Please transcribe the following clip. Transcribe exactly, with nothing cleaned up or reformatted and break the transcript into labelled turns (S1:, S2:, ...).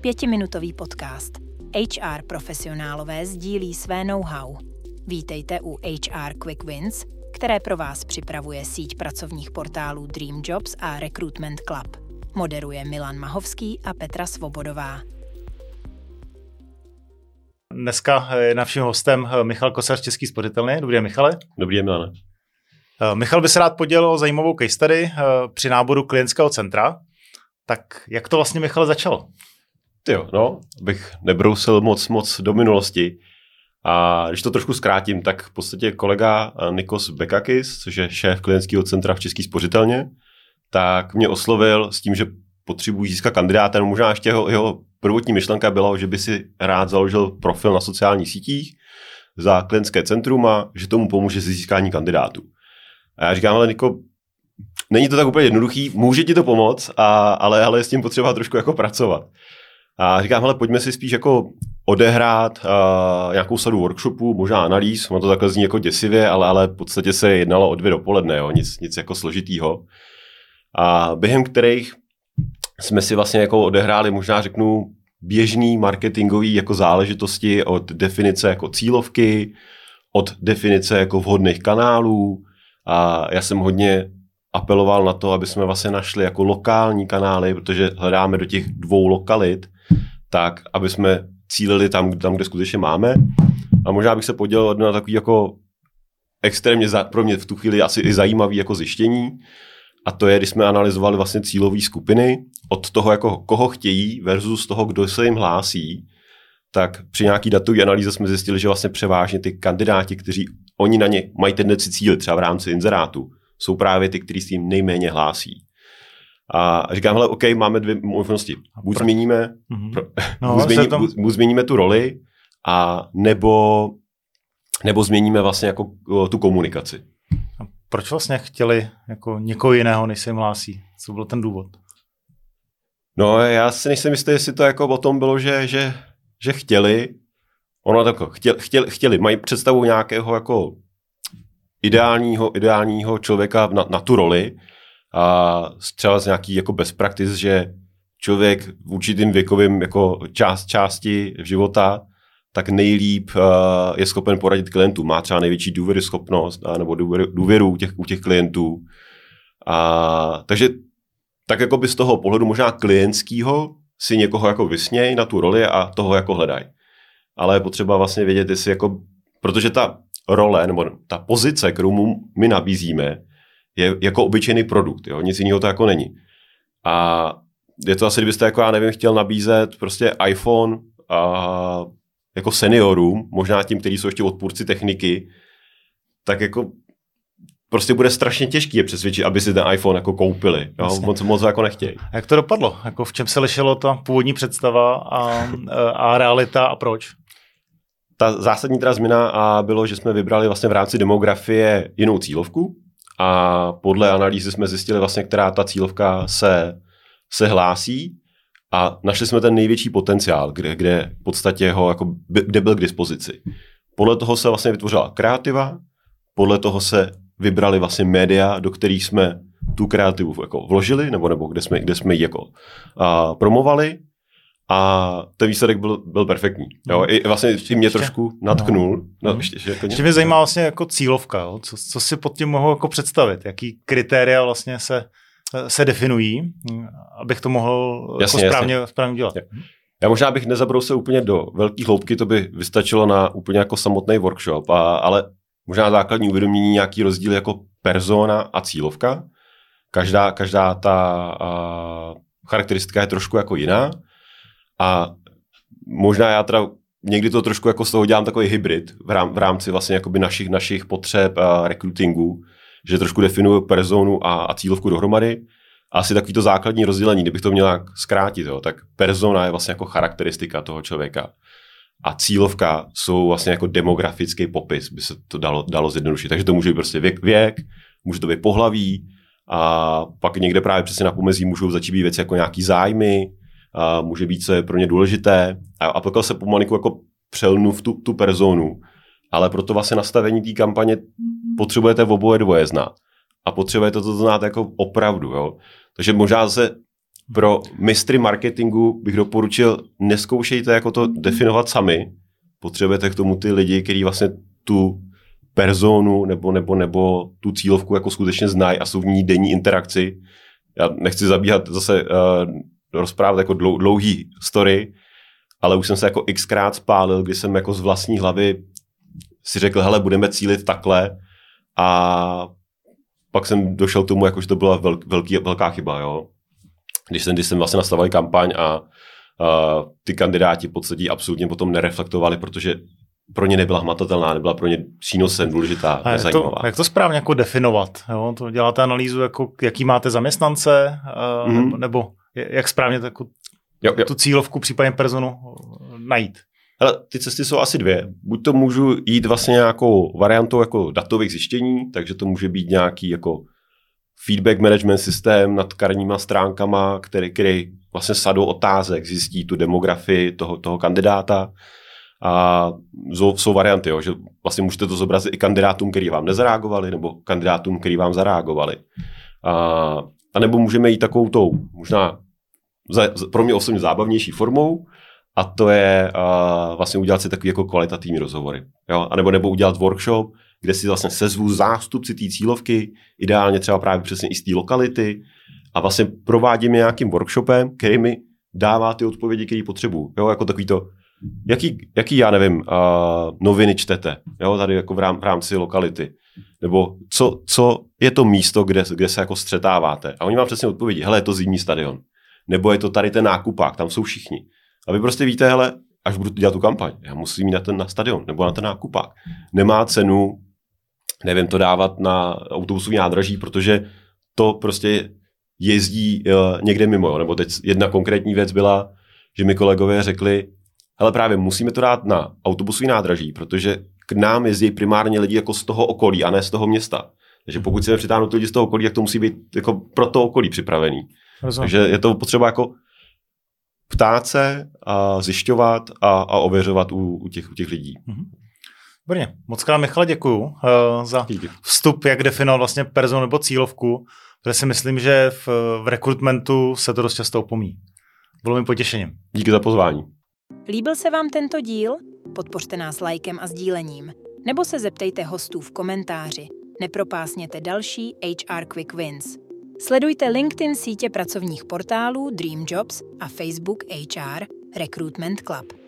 S1: Pětiminutový podcast. H R profesionálové sdílí své know-how. Vítejte u H R Quick Wins, které pro vás připravuje síť pracovních portálů Dream Jobs a Recruitment Club. Moderuje Milan Mahovský a Petra Svobodová.
S2: Dneska je naším hostem Michal Kosař z České spořitelny. Dobrý den, Michale.
S3: Dobrý den, Milane.
S2: Michal by se rád podělil o zajímavou case study při náboru klientského centra. Tak jak to vlastně, Michale, začalo?
S3: Tyjo, no, abych nebrousil moc, moc do minulosti. A když to trošku zkrátím, tak v podstatě kolega Nikos Bekakis, což je šéf klientského centra v České spořitelně, tak mě oslovil s tím, že potřebuji získat kandidáta. No možná ještě jeho, jeho prvotní myšlenka byla, že by si rád založil profil na sociálních sítích za klientské centrum a že tomu pomůže se získání kandidátů. A já říkám, ale Niko, není to tak úplně jednoduchý, může ti to pomoct, a, ale, ale s tím potřeba trošku jako pracovat. A říkám, hele, pojďme si spíš jako odehrát uh, nějakou sadu workshopů, možná analýz, ono to takhle zní jako děsivě, ale, ale v podstatě se jednalo o dvě dopoledne, jo, nic, nic jako složitýho. A během kterých jsme si vlastně jako odehráli, možná řeknu, běžný marketingový jako záležitosti od definice jako cílovky, od definice jako vhodných kanálů. A já jsem hodně apeloval na to, aby jsme vlastně našli jako lokální kanály, protože hledáme do těch dvou lokalit, tak aby jsme cílili tam, tam kde skutečně máme. A možná bych se podělil na takový jako extrémně za, pro mě v tu chvíli asi i zajímavý jako zjištění. A to je, když jsme analyzovali vlastně cílové skupiny od toho, jako koho chtějí versus toho, kdo se jim hlásí, tak při nějaký datové analýze jsme zjistili, že vlastně převážně ty kandidáti, kteří oni na ně mají tendenci cílit třeba v rámci inzerátu, jsou právě ty, kteří s tím nejméně hlásí. A říkám, hele, OK, máme dvě možnosti. Buď
S2: pro...
S3: změníme,
S2: mm-hmm.
S3: pro...
S2: no,
S3: buď, změní,
S2: tom...
S3: buď změníme tu roli, a nebo, nebo změníme vlastně jako tu komunikaci.
S2: A proč vlastně chtěli jako někoho jiného, než se jim hlásí? Co byl ten důvod?
S3: No, já si nejsem jistý, jestli to jako o tom bylo, že, že, že chtěli, ono tak chtěli, chtěli, chtěli, mají představu nějakého jako ideálního, ideálního člověka na, na tu roli a třeba z nějaký jako best practice, že člověk v určitým věkovým jako část, části života tak nejlíp uh, je schopen poradit klientům, má třeba největší důvěryschopnost a, nebo důvěru, důvěru u těch, u těch klientů. A, takže tak jako by z toho pohledu možná klientského si někoho jako vysněj na tu roli a toho jako hledaj. Ale je potřeba vlastně vědět, jestli jako, protože ta role nebo ta pozice, kterou my nabízíme, je jako obyčejný produkt, jo? Nic jiného to jako není. A je to asi, kdybyste jako, já nevím, chtěl nabízet prostě iPhone a jako seniorům, možná tím, kteří jsou ještě odpůrci techniky, tak jako prostě bude strašně těžký je přesvědčit, aby si ten iPhone jako koupili. Jo? Moc, moc jako nechtějí.
S2: A jak to dopadlo? Jako v čem se lišilo ta původní představa a, a realita a proč?
S3: Ta zásadní teda změna a bylo, že jsme vybrali vlastně v rámci demografie jinou cílovku a podle analýzy jsme zjistili vlastně, která ta cílovka se, se hlásí a našli jsme ten největší potenciál, kde, kde v podstatě ho jako, kde byl k dispozici. Podle toho se vlastně vytvořila kreativa, podle toho se vybrali vlastně média, do kterých jsme tu kreativu jako vložili, nebo, nebo kde jsme, kde jsme ji jako a, promovali. A ten výsledek byl, byl perfektní. Jo? I vlastně tím mě ještě, trošku natknul. No. No, ještě, ještě, jako
S2: ještě mě zajímá vlastně jako cílovka. Jo? Co, co si pod tím mohu jako představit? Jaký kritéria vlastně se, se definují, abych to mohl jasně, jako správně, správně dělat?
S3: Já možná bych nezabrousil úplně do velké hloubky, to by vystačilo na úplně jako samotný workshop, a, ale možná základní uvědomění nějaký rozdíl jako persona a cílovka. Každá, každá ta a, charakteristika je trošku jako jiná. A možná já teda někdy to trošku jako z toho dělám takový hybrid v, rám, v rámci vlastně jakoby našich, našich potřeb a recruitingu, že trošku definuju personu a, a cílovku dohromady. A asi takový to základní rozdělení, kdybych to měl nějak zkrátit, jo, tak persona je vlastně jako charakteristika toho člověka. A cílovka jsou vlastně jako demografický popis, by se to dalo, dalo zjednodušit. Takže to může být prostě věk, věk, může to být pohlaví a pak někde právě přesně na pomezí můžou začít být věci jako nějaký zájmy, a může být, co je pro ně důležité. A, a pak se pomalinku jako přelnu v tu, tu personu. Ale pro to vlastně nastavení té kampaně potřebujete v oboje dvoje znát. A potřebujete to znát jako opravdu. Jo? Takže možná zase pro mistry marketingu bych doporučil, neskoušejte jako to definovat sami, potřebujete k tomu ty lidi, kteří vlastně tu personu nebo, nebo, nebo tu cílovku jako skutečně znají a jsou v ní denní interakci. Já nechci zabíhat zase uh, rozprávat jako dlou, dlouhý story, ale už jsem se jako xkrát spálil, kdy jsem jako z vlastní hlavy si řekl, hele, budeme cílit takhle a pak jsem došel k tomu, jako, že to byla velk, velký, velká chyba, jo. Když jsem, když jsem vlastně nastavil kampaň a uh, ty kandidáti v podstatě absolutně potom nereflektovali, protože pro ně nebyla hmatatelná, nebyla pro ně přínosem důležitá, nezajímavá.
S2: Jak to, jak to správně jako definovat? Jo? To děláte analýzu, jako, jaký máte zaměstnance, uh, mm. nebo, nebo jak správně jako, jo, jo. tu cílovku, případně personu najít?
S3: Hele, ty cesty jsou asi dvě. Buď to můžu jít vlastně nějakou variantou jako datových zjištění, takže to může být nějaký jako feedback management systém nad kariérníma stránkama, který, který vlastně sadou otázek zjistí tu demografii toho, toho kandidáta. A jsou varianty, jo, že vlastně můžete to zobrazit i kandidátům, který vám nezareagovali, nebo kandidátům, který vám zareagovali. A, a nebo můžeme jít takovou tou, možná za, pro mě osobně zábavnější formou, a to je a, vlastně udělat si takový jako kvalitativní rozhovory. Jo? A nebo, nebo udělat workshop, kde si vlastně sezvu zástupci té cílovky, ideálně třeba právě přesně i z té lokality, a vlastně provádíme nějakým workshopem, který mi dává ty odpovědi, které potřebuju. Jo? Jako takový to, Jaký, jaký, já nevím, uh, noviny čtete, jo, tady jako v, rám, v rámci lokality, nebo co, co je to místo, kde, kde se jako střetáváte. A oni vám přesně odpovědí, hele, je to zimní stadion, nebo je to tady ten nákupák, tam jsou všichni. A vy prostě víte, hele, až budu dělat tu kampaň, já musím jít na ten na stadion, nebo na ten nákupák. Nemá cenu, nevím, to dávat na autobusový nádraží, protože to prostě jezdí uh, někde mimo, jo. Nebo teď jedna konkrétní věc byla, že mi kolegové řekli, ale právě musíme to dát na autobusový nádraží, protože k nám jezdí primárně lidi jako z toho okolí a ne z toho města. Takže pokud chceme přitáhnout lidi z toho okolí, tak to musí být jako pro to okolí připravený. Rozumím. Takže je to potřeba jako ptát se a zjišťovat a, a ověřovat u, u, těch, u těch lidí.
S2: Výborně. Moc krát, Michale, děkuju uh, za vstup, jak definovat vlastně personu nebo cílovku, protože si myslím, že v, v rekrutmentu se to dost často opomíjí. Bylo mi potěšením.
S3: Díky za pozvání.
S1: Líbil se vám tento díl? Podpořte nás lajkem a sdílením. Nebo se zeptejte hostů v komentáři. Nepropásněte další H R Quick Wins. Sledujte LinkedIn sítě pracovních portálů Dream Jobs a Facebook H R Recruitment Club.